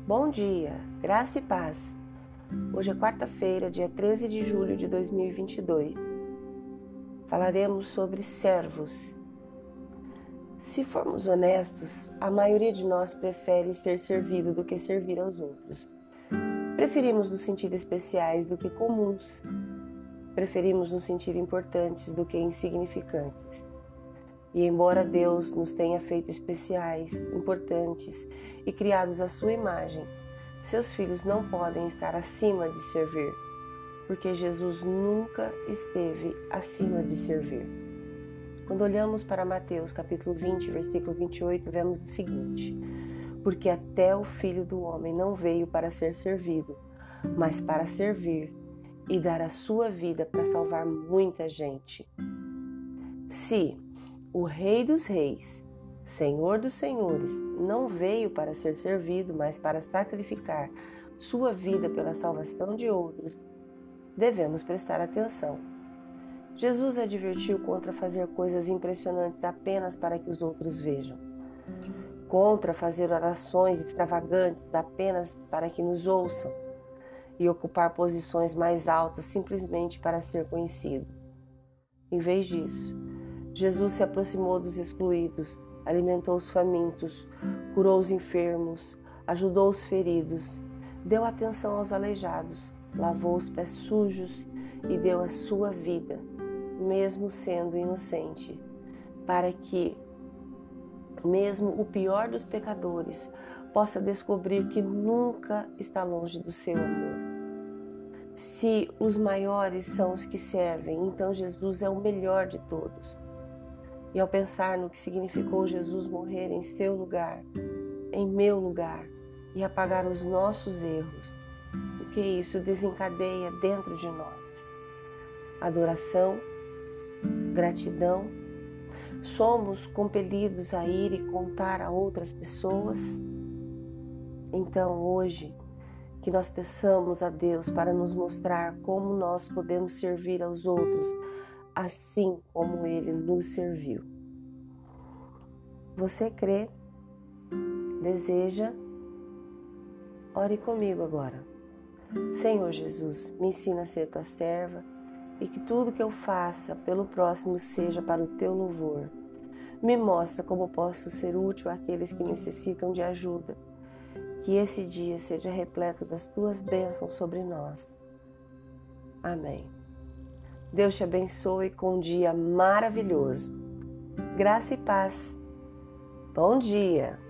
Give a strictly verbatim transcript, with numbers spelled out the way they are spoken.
Bom dia, graça e paz. Hoje é quarta-feira, dia treze de julho de dois mil e vinte e dois. Falaremos sobre servos. Se formos honestos, a maioria de nós prefere ser servido do que servir aos outros. Preferimos nos sentir especiais do que comuns. Preferimos nos sentir importantes do que insignificantes. E embora Deus nos tenha feito especiais, importantes e criados à sua imagem, seus filhos não podem estar acima de servir, porque Jesus nunca esteve acima de servir. Quando olhamos para Mateus capítulo vinte, versículo vinte e oito, vemos o seguinte: porque até o Filho do Homem não veio para ser servido, mas para servir e dar a sua vida para salvar muita gente. Se o Rei dos Reis, Senhor dos Senhores, não veio para ser servido, mas para sacrificar sua vida pela salvação de outros, devemos prestar atenção. Jesus advertiu contra fazer coisas impressionantes apenas para que os outros vejam, contra fazer orações extravagantes apenas para que nos ouçam e ocupar posições mais altas simplesmente para ser conhecido. Em vez disso, Jesus se aproximou dos excluídos, alimentou os famintos, curou os enfermos, ajudou os feridos, deu atenção aos aleijados, lavou os pés sujos e deu a sua vida, mesmo sendo inocente, para que, mesmo o pior dos pecadores, possa descobrir que nunca está longe do seu amor. Se os maiores são os que servem, então Jesus é o melhor de todos. E ao pensar no que significou Jesus morrer em seu lugar, em meu lugar, e apagar os nossos erros, o que isso desencadeia dentro de nós? Adoração, gratidão. Somos compelidos a ir e contar a outras pessoas? Então hoje, que nós peçamos a Deus para nos mostrar como nós podemos servir aos outros, assim como Ele nos serviu. Você crê? Deseja? Ore comigo agora. Senhor Jesus, me ensina a ser tua serva e que tudo que eu faça pelo próximo seja para o teu louvor. Me mostra como posso ser útil àqueles que necessitam de ajuda. Que esse dia seja repleto das tuas bênçãos sobre nós. Amém. Deus te abençoe com um dia maravilhoso. Graça e paz. Bom dia!